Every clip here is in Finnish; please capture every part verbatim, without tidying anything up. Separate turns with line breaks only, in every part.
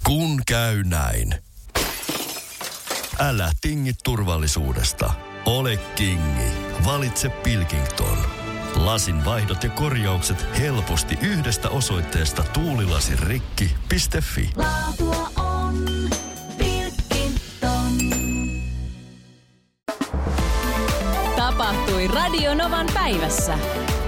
Kun käy näin. Älä tingi turvallisuudesta. Ole kingi. Valitse Pilkington. Lasin vaihdot ja korjaukset helposti yhdestä osoitteesta tuulilasirikki piste fi.
Laatua on Pilkington.
Tapahtui Radio Novan päivässä.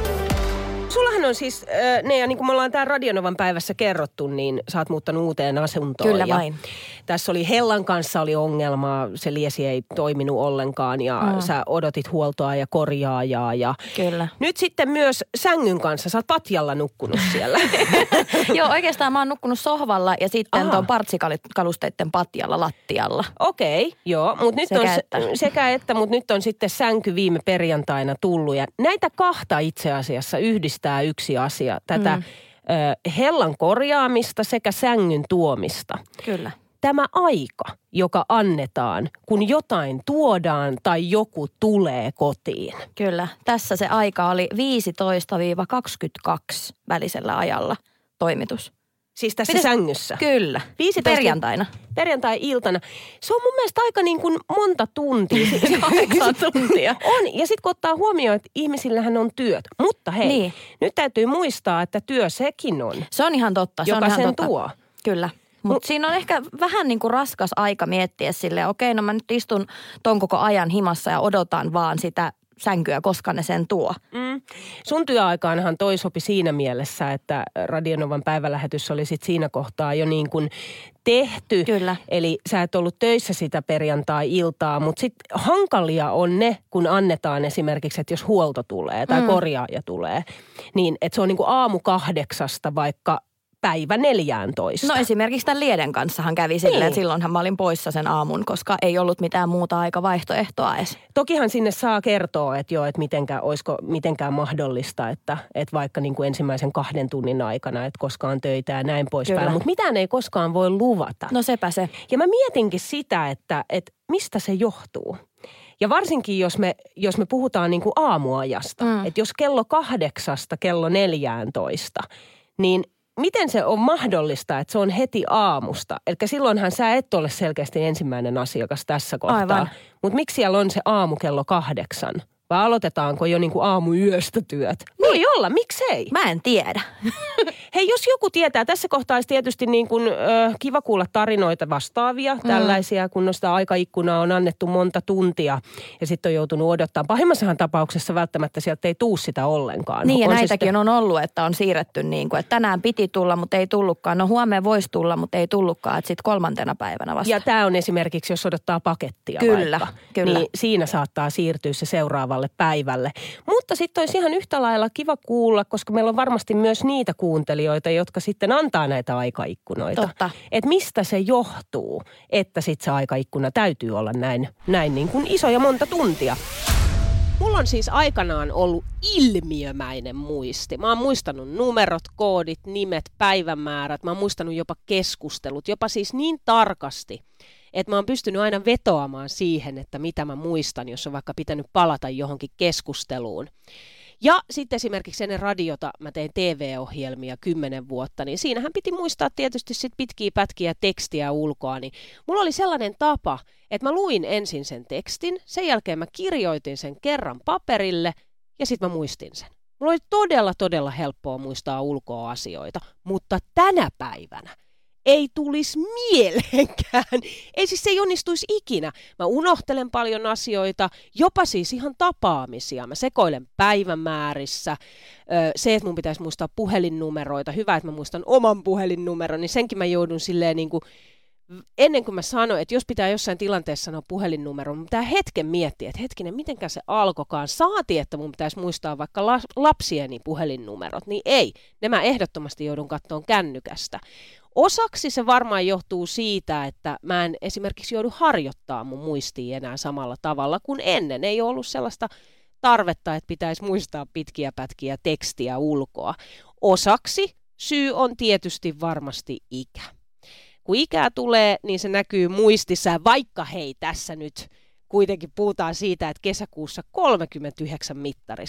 Sullahan on siis, äh, ne ja niin kuin me ollaan täällä Radio Novan päivässä kerrottu, niin sä oot muuttanut uuteen asuntoon.
Kyllä
ja
vain.
Tässä oli Hellan kanssa oli ongelmaa, se liesi ei toiminut ollenkaan ja mm. sä odotit huoltoa ja korjaajaa. Ja
Kyllä.
Nyt sitten myös sängyn kanssa, sä oot patjalla nukkunut siellä.
Joo, oikeastaan mä oon nukkunut sohvalla ja sitten
Aha.
tuon partsikalusteiden patjalla lattialla.
Okei, okay, joo, mutta nyt
Sekä
on
että.
sekä että, mutta nyt on sitten sänky viime perjantaina tullut ja näitä kahta itse asiassa yhdistää yksi asia, tätä mm. ö, hellan korjaamista sekä sängyn tuomista.
Kyllä.
Tämä aika, joka annetaan, kun jotain tuodaan tai joku tulee kotiin.
Kyllä. Tässä se aika oli viisitoista kaksikymmentäkaksi välisellä ajalla toimitus.
Siis tässä
Mites?
sängyssä.
Kyllä.
viisitoista
Perjantaina.
Perjantai-iltana. Se on mun mielestä aika niin kuin monta tuntia.
Kahdeksan tuntia.
On. Ja sitten kun ottaa huomioon, että ihmisillähän on työt. Mutta hei,
Niin.
nyt täytyy muistaa, että työ sekin on.
Se on ihan totta. Se
Joka
on ihan
sen
totta.
tuo.
Kyllä. Mutta siinä on ehkä vähän niin kuin raskas aika miettiä silleen, okei, no mä nyt istun ton koko ajan himassa ja odotan vaan sitä sänkyä, koska ne sen tuo.
Mm. Sun työaikaanhan toi sopi siinä mielessä, että Radio Novan päivälähetys oli sit siinä kohtaa jo niin kuin tehty.
Kyllä.
Eli sä et ollut töissä sitä perjantai-iltaa, mutta sitten hankalia on ne, kun annetaan esimerkiksi, että jos huolto tulee tai mm. korjaaja tulee, niin että se on niin kuin aamu kahdeksasta vaikka päivä neljääntoista.
No esimerkiksi tämän Lieden kanssahan kävi silleen,
Niin.
että silloinhan mä olin poissa sen aamun, koska ei ollut mitään muuta aikavaihtoehtoa edes.
Tokihan sinne saa kertoa, että joo, että mitenkään, olisiko mitenkään mahdollista, että, että vaikka niin kuin ensimmäisen kahden tunnin aikana, että koskaan töitä ja näin poispäin. Mutta mitään ei koskaan voi luvata.
No sepä se.
Ja mä mietinkin sitä, että, että mistä se johtuu. Ja varsinkin, jos me, jos me puhutaan niin kuin aamuajasta, mm. että jos kello kahdeksasta kello neljääntoista, niin miten se on mahdollista, että se on heti aamusta? Eli silloinhan sä et ole selkeästi ensimmäinen asiakas tässä kohtaa. Mutta miksi siellä on se aamu kello kahdeksan? Vai aloitetaanko jo niin kuin aamuyöstä työt? Voi olla, miksei?
Mä en tiedä.
Hei, jos joku tietää, tässä kohtaa olisi tietysti niin kuin, ö, kiva kuulla tarinoita vastaavia, mm. tällaisia, kun sitä aikaikkunaa on annettu monta tuntia ja sitten on joutunut odottaa. Pahimmassahan tapauksessa välttämättä sieltä ei tuu sitä ollenkaan.
Niin ja
on
näitäkin
sitten
on ollut, että on siirretty niin kuin, että tänään piti tulla, mutta ei tullutkaan. No huomenna voisi tulla, mutta ei tullutkaan, että sitten kolmantena päivänä vasta.
Ja tämä on esimerkiksi, jos odottaa pakettia
Kyllä,
vaikka,
kyllä.
niin siinä saattaa siirtyä se seuraavalle päivälle. Mutta sitten olisi ihan yhtä lailla kiva kuulla, koska meillä on varmasti myös niitä kuuntelijoita, jotka sitten antaa näitä aikaikkunoita.
Totta.
Että mistä se johtuu, että sitten se aikaikkuna täytyy olla näin, näin niin kuin iso ja monta tuntia. Mulla on siis aikanaan ollut ilmiömäinen muisti. Mä oon muistanut numerot, koodit, nimet, päivämäärät. Mä oon muistanut jopa keskustelut, jopa siis niin tarkasti, että mä oon pystynyt aina vetoamaan siihen, että mitä mä muistan, jos on vaikka pitänyt palata johonkin keskusteluun. Ja sitten esimerkiksi ennen radiota mä tein T V-ohjelmia kymmenen vuotta, niin siinähän piti muistaa tietysti sit pitkiä pätkiä tekstiä ulkoa. Niin mulla oli sellainen tapa, että mä luin ensin sen tekstin, sen jälkeen mä kirjoitin sen kerran paperille ja sitten mä muistin sen. Mulla oli todella, todella helppoa muistaa ulkoa asioita, mutta tänä päivänä ei tulisi mieleenkään. Ei siis se ei onnistuisi ikinä. Mä unohtelen paljon asioita, jopa siis ihan tapaamisia. Mä sekoilen päivämäärissä. Se, että mun pitäisi muistaa puhelinnumeroita. Hyvä, että mä muistan oman puhelinnumeron, niin senkin mä joudun silleen niin kuin, ennen kuin mä sanon, että jos pitää jossain tilanteessa sanoa puhelinnumeron, mun pitää hetken miettiä, että hetkinen, mitenkä se alkokaan. Saati, että mun pitäisi muistaa vaikka lapsieni puhelinnumerot. Niin ei, ne mä ehdottomasti joudun katsomaan kännykästä. Osaksi se varmaan johtuu siitä, että mä en esimerkiksi joudu harjoittaa mun muistia enää samalla tavalla kuin ennen. Ei ole ollut sellaista tarvetta, että pitäisi muistaa pitkiä pätkiä tekstiä ulkoa. Osaksi syy on tietysti varmasti ikä. Kun ikää tulee, niin se näkyy muistissa, vaikka hei tässä nyt kuitenkin puhutaan siitä, että kesäkuussa kolmekymmentäyhdeksän mittarissa,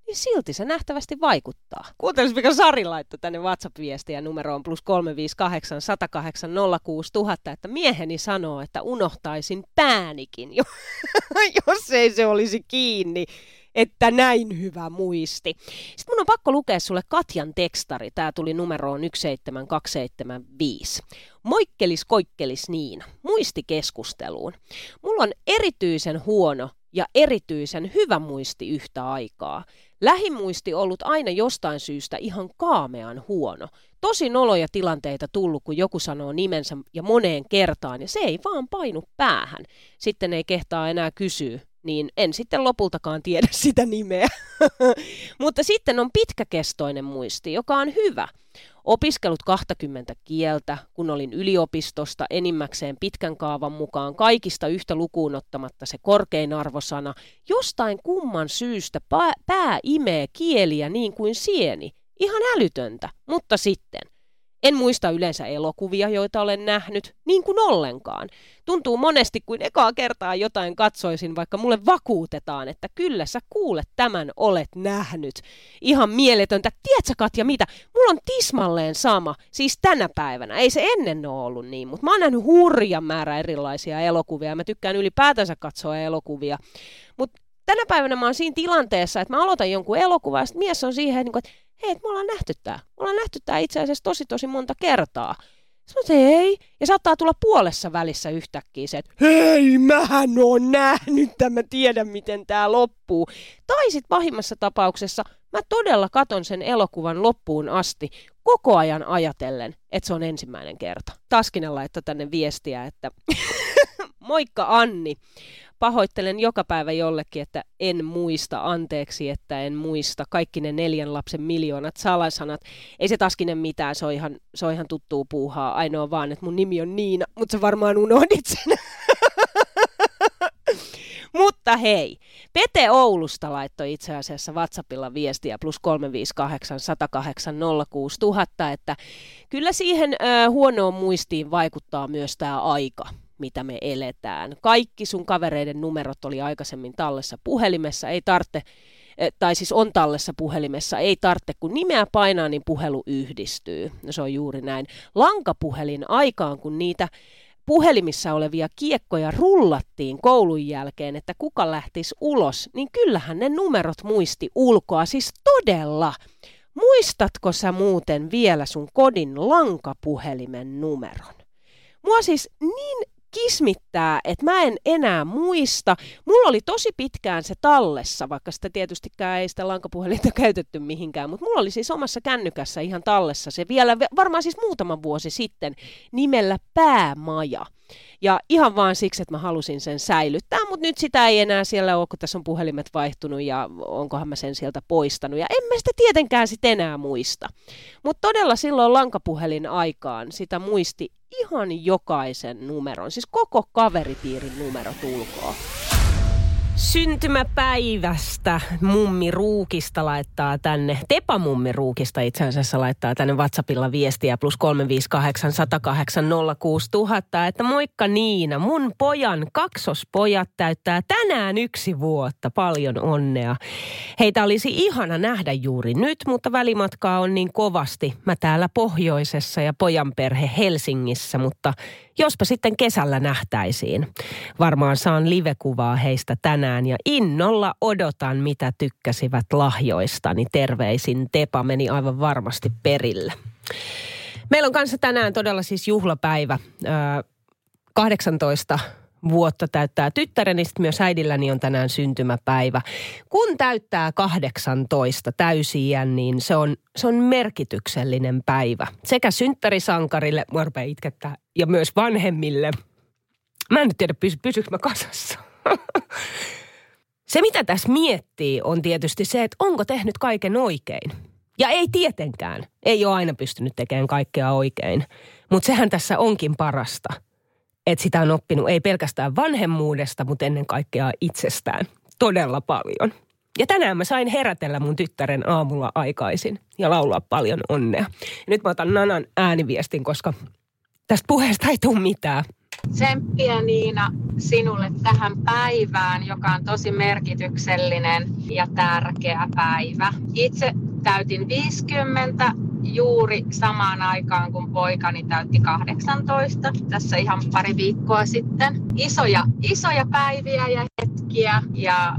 niin silti se nähtävästi vaikuttaa. Kuuntelis, mikä Sari laittoi tänne WhatsApp-viestiä numeroon plus kolme viisi kahdeksan, yksi nolla kahdeksan, nolla kuusi tuhatta, että mieheni sanoo, että unohtaisin päänikin, jos ei se olisi kiinni. Että näin hyvä muisti. Sitten mun on pakko lukea sulle Katjan tekstari. Tää tuli numeroon yksi seitsemän kaksi seitsemän viisi. Moikkelis koikkelis Niina. Muistikeskusteluun. Mulla on erityisen huono ja erityisen hyvä muisti yhtä aikaa. Lähimuisti ollut aina jostain syystä ihan kaamean huono. Tosi noloja tilanteita tullut, kun joku sanoo nimensä ja moneen kertaan, ja se ei vaan painu päähän. Sitten ei kehtaa enää kysyä. Niin en sitten lopultakaan tiedä sitä nimeä. Mutta sitten on pitkäkestoinen muisti, joka on hyvä. Opiskellut kaksikymmentä kieltä, kun olin yliopistosta enimmäkseen pitkän kaavan mukaan kaikista yhtä lukuun ottamatta se korkein arvosana. Jostain kumman syystä pää, pää imee kieliä niin kuin sieni. Ihan älytöntä, mutta sitten. En muista yleensä elokuvia, joita olen nähnyt, niin kuin ollenkaan. Tuntuu monesti, kuin ekaa kertaa jotain katsoisin, vaikka mulle vakuutetaan, että kyllä sä kuulet tämän olet nähnyt. Ihan mieletöntä. Tiedätkö Katja mitä? Mulla on tismalleen sama, siis tänä päivänä. Ei se ennen ole ollut niin, mutta mä oon nähnyt hurjan määrä erilaisia elokuvia. Mä tykkään ylipäätänsä katsoa elokuvia. Mutta tänä päivänä mä oon siinä tilanteessa, että mä aloitan jonkun elokuvan ja sitten mies on siihen, että hei, me ollaan nähty tää. Me ollaan nähty tää itse asiassa tosi tosi monta kertaa. Sitten se ei. Ja saattaa tulla puolessa välissä yhtäkkiä se, että hei, mähän oon nähnyt tämän, mä tiedän miten tää loppuu. Tai sit pahimmassa tapauksessa mä todella katon sen elokuvan loppuun asti koko ajan ajatellen, että se on ensimmäinen kerta. Taskinen laittoi tänne viestiä, että moikka Anni. Pahoittelen joka päivä jollekin, että en muista, anteeksi, että en muista. Kaikki ne neljän lapsen miljoonat salasanat. Ei se Taskinen mitään, se on ihan, se on ihan tuttuu puuhaa. Ainoa vaan, että mun nimi on Niina, mutta sä varmaan unohdit sen. Mutta hei, Pete Oulusta laittoi itse asiassa WhatsAppilla viestiä plus kolme viisi kahdeksan, yksi nolla kahdeksan, nolla kuusi tuhatta, että kyllä siihen äh, huonoon muistiin vaikuttaa myös tämä aika, mitä me eletään. Kaikki sun kavereiden numerot oli aikaisemmin tallessa puhelimessa, ei tarvitse, tai siis on tallessa puhelimessa, ei tarvitse, kun nimeä painaa, niin puhelu yhdistyy. No se on juuri näin. Lankapuhelin aikaan, kun niitä puhelimissa olevia kiekkoja rullattiin koulun jälkeen, että kuka lähtisi ulos, niin kyllähän ne numerot muisti ulkoa, siis todella. Muistatko sä muuten vielä sun kodin lankapuhelimen numeron? Mua siis niin kismittää, että mä en enää muista. Mulla oli tosi pitkään se tallessa, vaikka sitä tietystikään ei sitä lankapuhelinta käytetty mihinkään, mutta mulla oli siis omassa kännykässä ihan tallessa se vielä varmaan siis muutama vuosi sitten nimellä Päämaja. Ja ihan vaan siksi, että mä halusin sen säilyttää, mutta nyt sitä ei enää siellä ole, kun tässä on puhelimet vaihtunut ja onkohan mä sen sieltä poistanut. Ja en mä sitä tietenkään sit enää muista. Mutta todella silloin lankapuhelin aikaan sitä muisti ihan jokaisen numeron, siis koko kaveripiirin numero tulkoon. Syntymäpäivästä Mummi Ruukista laittaa tänne, Tepa Mummi Ruukista itse asiassa laittaa tänne WhatsAppilla viestiä plus kolme viisi kahdeksan, yksi nolla kahdeksan, nolla kuusi tuhatta, että moikka Niina, mun pojan kaksospojat täyttää tänään yksi vuotta, paljon onnea. Heitä olisi ihana nähdä juuri nyt, mutta välimatkaa on niin kovasti. Mä täällä pohjoisessa ja pojan perhe Helsingissä, mutta jospa sitten kesällä nähtäisiin. Varmaan saan livekuvaa heistä tänään ja innolla odotan, mitä tykkäsivät lahjoistani. Terveisin Tepa, meni aivan varmasti perille. Meillä on kanssa tänään todella siis juhlapäivä. kahdeksantoista vuotta täyttää tyttäreni, sitten myös äidilläni on tänään syntymäpäivä. Kun täyttää kahdeksantoista täysi-iän, niin se on, se on merkityksellinen päivä. Sekä synttärisankarille, mä rupean itkettää, ja myös vanhemmille. Mä en nyt tiedä, pysy, pysyykö mä kasassa. Se, mitä tässä miettii, on tietysti se, että onko tehnyt kaiken oikein. Ja ei tietenkään. Ei ole aina pystynyt tekemään kaikkea oikein. Mutta sehän tässä onkin parasta. Että sitä on oppinut ei pelkästään vanhemmuudesta, mutta ennen kaikkea itsestään todella paljon. Ja tänään mä sain herätellä mun tyttären aamulla aikaisin ja laulaa paljon onnea. Ja nyt mä otan Nanan ääniviestin, koska tästä puheesta ei tule mitään.
Tsemppiä Niina sinulle tähän päivään, joka on tosi merkityksellinen ja tärkeä päivä. Itse täytin viisikymmentä juuri samaan aikaan, kun poikani täytti kahdeksantoista, tässä ihan pari viikkoa sitten. Isoja, isoja päiviä ja hetkiä ja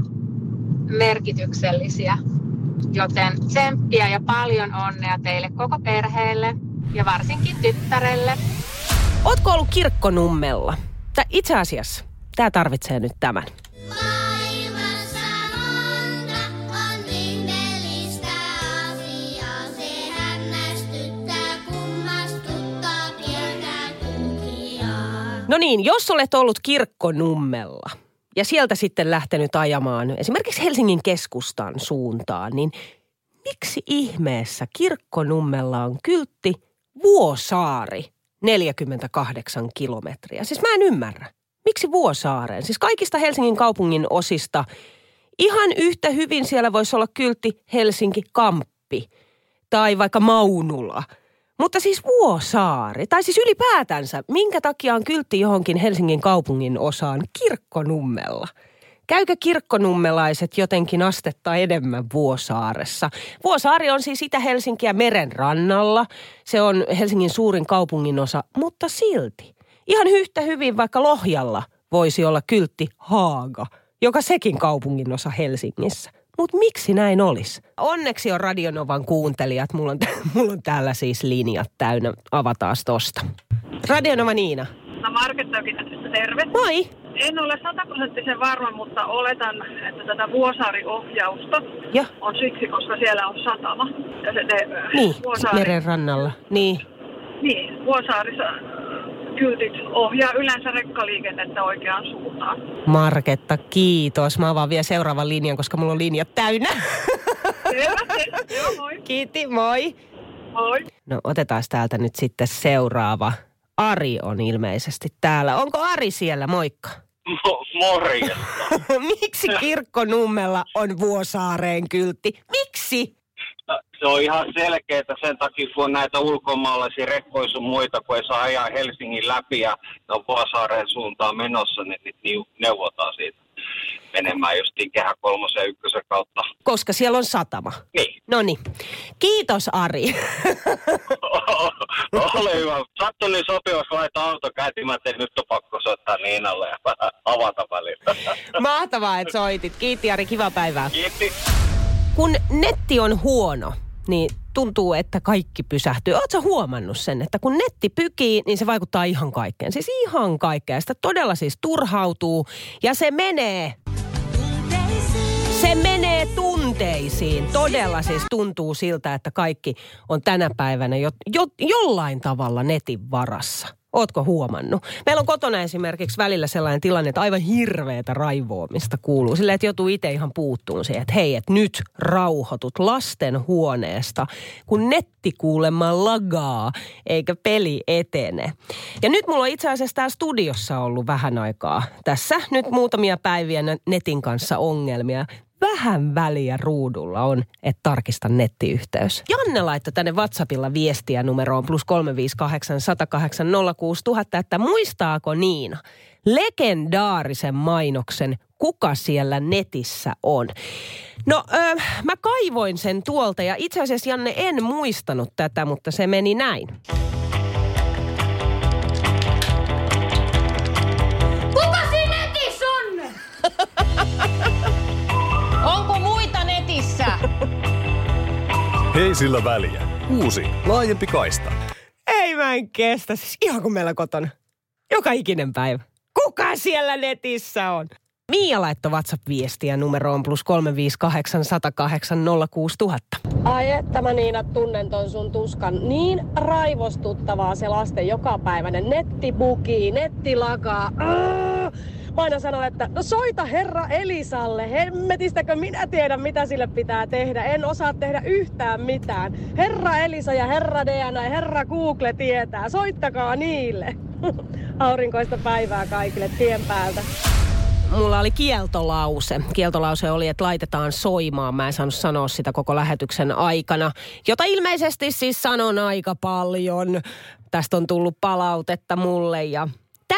merkityksellisiä, joten tsemppiä ja paljon onnea teille koko perheelle ja varsinkin tyttärelle.
Ootko ollut Kirkkonummella? Tää, itse asiassa, tää tarvitsee nyt tämän.
Maailmassa monta on ihmeellistä asiaa. Se hämmästyttää, kummastuttaa pientä tutkijaa.
No niin, jos olet ollut Kirkkonummella ja sieltä sitten lähtenyt ajamaan esimerkiksi Helsingin keskustan suuntaan, niin miksi ihmeessä Kirkkonummella on kyltti Vuosaari neljäkymmentäkahdeksan kilometriä? Siis mä en ymmärrä. Miksi Vuosaareen? Siis kaikista Helsingin kaupungin osista ihan yhtä hyvin siellä voisi olla kyltti Helsinki-Kamppi tai vaikka Maunula. Mutta siis Vuosaari, tai siis ylipäätänsä, minkä takia on kyltti johonkin Helsingin kaupungin osaan Kirkkonummella? Käykö kirkkonummelaiset jotenkin astetta enemmän Vuosaaressa? Vuosaari on siis Itä-Helsinkiä meren rannalla. Se on Helsingin suurin kaupunginosa, mutta silti. Ihan yhtä hyvin vaikka Lohjalla voisi olla kyltti Haaga, joka sekin kaupunginosa Helsingissä. Mutta miksi näin olisi? Onneksi on Radionovan kuuntelijat. Mulla on, mulla on täällä siis linjat täynnä. Avataan tosta. Radionova Niina.
No Marketta tässä, terve.
Moi.
En ole sataprosenttisen varma, mutta oletan, että tätä Vuosaari-ohjausta
ja.
on siksi, koska siellä on satama. Ja se, ne,
niin,
Vuosaari,
meren rannalla. Niin.
Niin, Vuosaarissa kyltit ohjaa yleensä rekkaliikennettä oikeaan suuntaan.
Marketta, kiitos. Mä avaan vielä seuraavan linjan, koska mulla on linjat täynnä.
Selvä, joo, moi.
Kiitti, moi.
Moi.
No otetaan täältä nyt sitten seuraava. Ari on ilmeisesti täällä. Onko Ari siellä? Moikka.
Mo- morjesta.
Miksi Kirkkonummella on Vuosaareen kyltti? Miksi?
Se on ihan selkeää sen takia, kun on näitä ulkomaalaisia rekkoja sun muita, kun ei saa ajaa Helsingin läpi ja ne on Vuosaareen suuntaan menossa, niin niitä neuvotaan siitä menemään justiin Kehä kolmosen ja ykkösen kautta.
Koska siellä on satama.
Niin.
Noniin. Kiitos Ari.
Ole hyvä. Sattu niin sopivasti laittaa auto käyntiin. Mä tein nyt on pakko soittaa Niinalle ja vähän avata välillä.
Mahtavaa, että soitit. Kiitti Ari, kivaa päivää.
Kiitti.
Kun netti on huono, niin tuntuu, että kaikki pysähtyy. Ootko sä huomannut sen, että kun netti pykii, niin se vaikuttaa ihan kaikkeen. Siis ihan kaikkeen. Sitä todella siis turhautuu ja se menee... Se menee tunteisiin. Todella siis tuntuu siltä, että kaikki on tänä päivänä jo, jo, jollain tavalla netin varassa. Ootko huomannut? Meillä on kotona esimerkiksi välillä sellainen tilanne, että aivan hirveätä raivoamista kuuluu. Silleen, että joutuu itse ihan puuttuun siihen, että hei, että nyt rauhoitut lasten huoneesta, kun netti kuulemma lagaa, eikä peli etene. Ja nyt mulla on itse asiassa täällä studiossa ollut vähän aikaa. Tässä nyt muutamia päiviä netin kanssa ongelmia. Vähän väliä ruudulla on, että tarkista nettiyhteys. Janne laittoi tänne WhatsAppilla viestiä numeroon plus kolme viisi kahdeksan, yksi nolla kahdeksan, nolla kuusi nolla nolla nolla, että muistaako Niina legendaarisen mainoksen, kuka siellä netissä on. No, ö, mä kaivoin sen tuolta ja itse asiassa Janne en muistanut tätä, mutta se meni näin.
Kuka siinä netissä on? Onko muita netissä?
Hei sillä väliä. Uusi, laajempi kaista.
Ei mä en kestä. Siis ihan kuin meillä kotona. Joka ikinen päivä. Kuka siellä netissä on? Miia laittoi WhatsApp-viestiä numeroon plus kolme viisi kahdeksan, yksi nolla kahdeksan, nolla kuusi nolla nolla nolla.
Ai että mä Niina tunnen ton sun tuskan. Niin raivostuttavaa se lasten jokapäiväinen nettibuki, nettilakaa. Arr! Mä aina sanon, että no soita herra Elisalle. Hemmetistäkö minä tiedän, mitä sille pitää tehdä. En osaa tehdä yhtään mitään. Herra Elisa ja herra Diana ja herra Google tietää. Soittakaa niille. Aurinkoista päivää kaikille tien päältä.
Mulla oli kieltolause. Kieltolause oli, että laitetaan soimaan. Mä en saanut sanoa sitä koko lähetyksen aikana, jota ilmeisesti siis sanon aika paljon. Tästä on tullut palautetta mulle ja... Tällä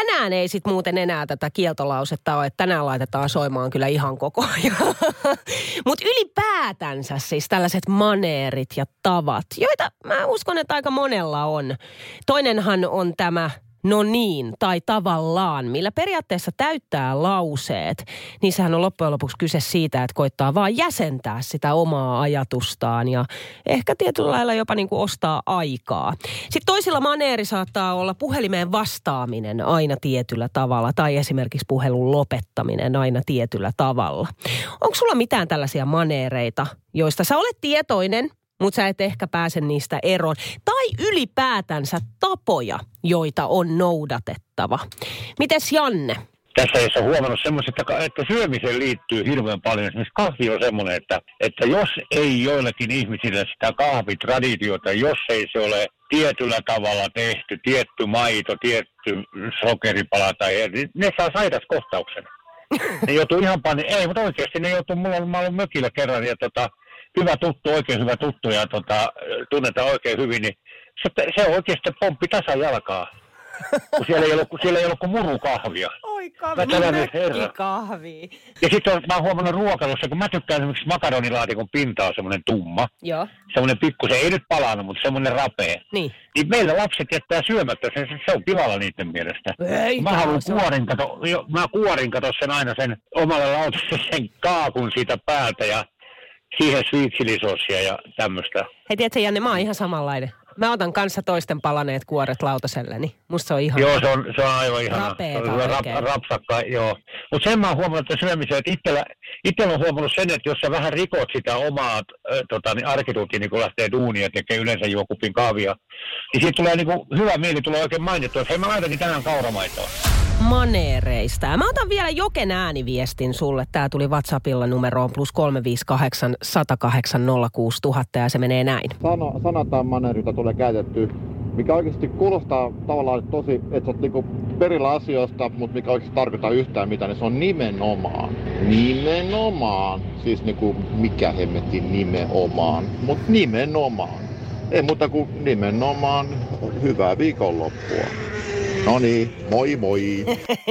Tänään ei sit muuten enää tätä kieltolausetta ole, että tänään laitetaan soimaan kyllä ihan koko ajan. Mutta ylipäätänsä siis tällaiset maneerit ja tavat, joita mä uskon, että aika monella on. Toinenhan on tämä no niin tai tavallaan, millä periaatteessa täyttää lauseet. Niissähän on loppujen lopuksi kyse siitä, että koittaa vaan jäsentää sitä omaa ajatustaan ja ehkä tietyllä lailla jopa niin kuin ostaa aikaa. Sitten toisilla maneeri saattaa olla puhelimeen vastaaminen aina tietyllä tavalla tai esimerkiksi puhelun lopettaminen aina tietyllä tavalla. Onko sulla mitään tällaisia maneereita, joista sä olet tietoinen, mutta sä et ehkä pääse niistä eroon? Tai ylipäätänsä tapoja, joita on noudatettava. Mites Janne?
Tässä ei ole huomannut semmoista, että syömiseen liittyy hirveän paljon. Esimerkiksi kahvi on semmoinen, että, että jos ei joillekin ihmisille sitä kahvitraditiota, jos ei se ole tietyllä tavalla tehty, tietty maito, tietty sokeripala tai ne saa sairaskohtauksen. Ne joutuu ihan pani, ei, mutta oikeasti ne joutuu, mulla on, mä ollut mökillä kerran ja tota, hyvä tuttu, oikein hyvä tuttu ja tota, tunnetaan oikein hyvin, niin se, se on oikeasti pomppi tasan jalkaa, kun siellä ei ollut, siellä ei ollut kuin murukahvia.
Oi kahvi, kahvi.
Ja sitten mä oon huomannut ruokailussa, kun mä tykkään esimerkiksi makaronilaatikon pinta on semmoinen tumma.
Joo.
Semmoinen pikkusen, ei nyt palannut, mutta semmoinen rapea.
Niin.
Niin meillä lapset jättää syömättä, se, se on pilalla niiden mielestä.
Ei,
mä haluan kuorin kato, jo, mä kuorin kato sen aina sen omalle lautalle sen kaakun siitä päältä ja siihen sweetsilisosia ja tämmöistä.
Hei, tiedätkö Janne, mä oon ihan samanlainen. Mä otan kanssa toisten palaneet kuoret lautaselleni. Musta se on ihana.
Joo, se on, se on aivan ihana.
Rapeeta
rap, rapsakka, joo. Mutta sen mä oon huomannut, että syömiseen, että itsellä, itsellä on huomannut sen, että jos sä vähän rikot sitä omaa äh, tota, niin arkituutia, niin kun lähtee duunia ja tekee yleensä juo kupin kahvia, niin siitä tulee niin kuin, hyvä mieli, tulee oikein mainittua, että hei mä laitankin tänään kauramaitoa.
Maneereista. Ja mä otan vielä Joken ääniviestin sulle. Tää tuli WhatsAppilla numeroon plus kolme viisi kahdeksan, sata kahdeksan, nolla kuusi tuhatta ja se menee näin.
Sana, sana tai maneeri, jota tulee käytetty, mikä oikeasti kuulostaa tavallaan tosi, että sä oot niinku perillä asioista, mutta mikä oikeasti tarkoittaa yhtään mitään, niin se on nimenomaan. Nimenomaan. Siis niinku mikä hemmetin nimenomaan, mutta nimenomaan. Ei muuta kuin nimenomaan hyvää viikonloppua. No niin, moi moi.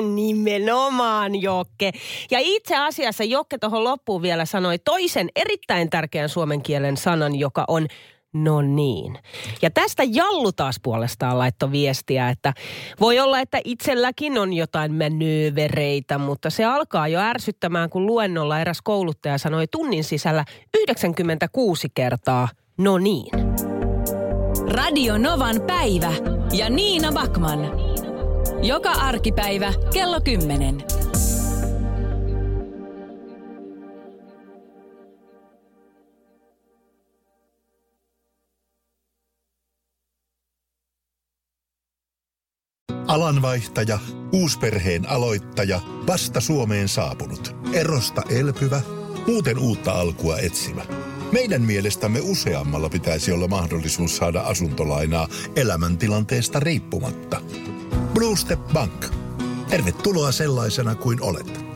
Nimenomaan, Jokke. Ja itse asiassa Jokke tuohon loppuun vielä sanoi toisen erittäin tärkeän suomen kielen sanan, joka on no niin. Ja tästä Jallu taas puolestaan laittoi viestiä, että voi olla, että itselläkin on jotain manöövereitä, mutta se alkaa jo ärsyttämään, kun luennolla eräs kouluttaja sanoi tunnin sisällä yhdeksänkymmentäkuusi kertaa no niin.
Radio Novan päivä ja Niina Backman. Joka arkipäivä kello kymmenen.
Alanvaihtaja, uusperheen aloittaja, vasta Suomeen saapunut, erosta elpyvä, muuten uutta alkua etsimä. Meidän mielestämme useammalla pitäisi olla mahdollisuus saada asuntolainaa elämäntilanteesta riippumatta. Blue Step Bank. Tervetuloa sellaisena kuin olet.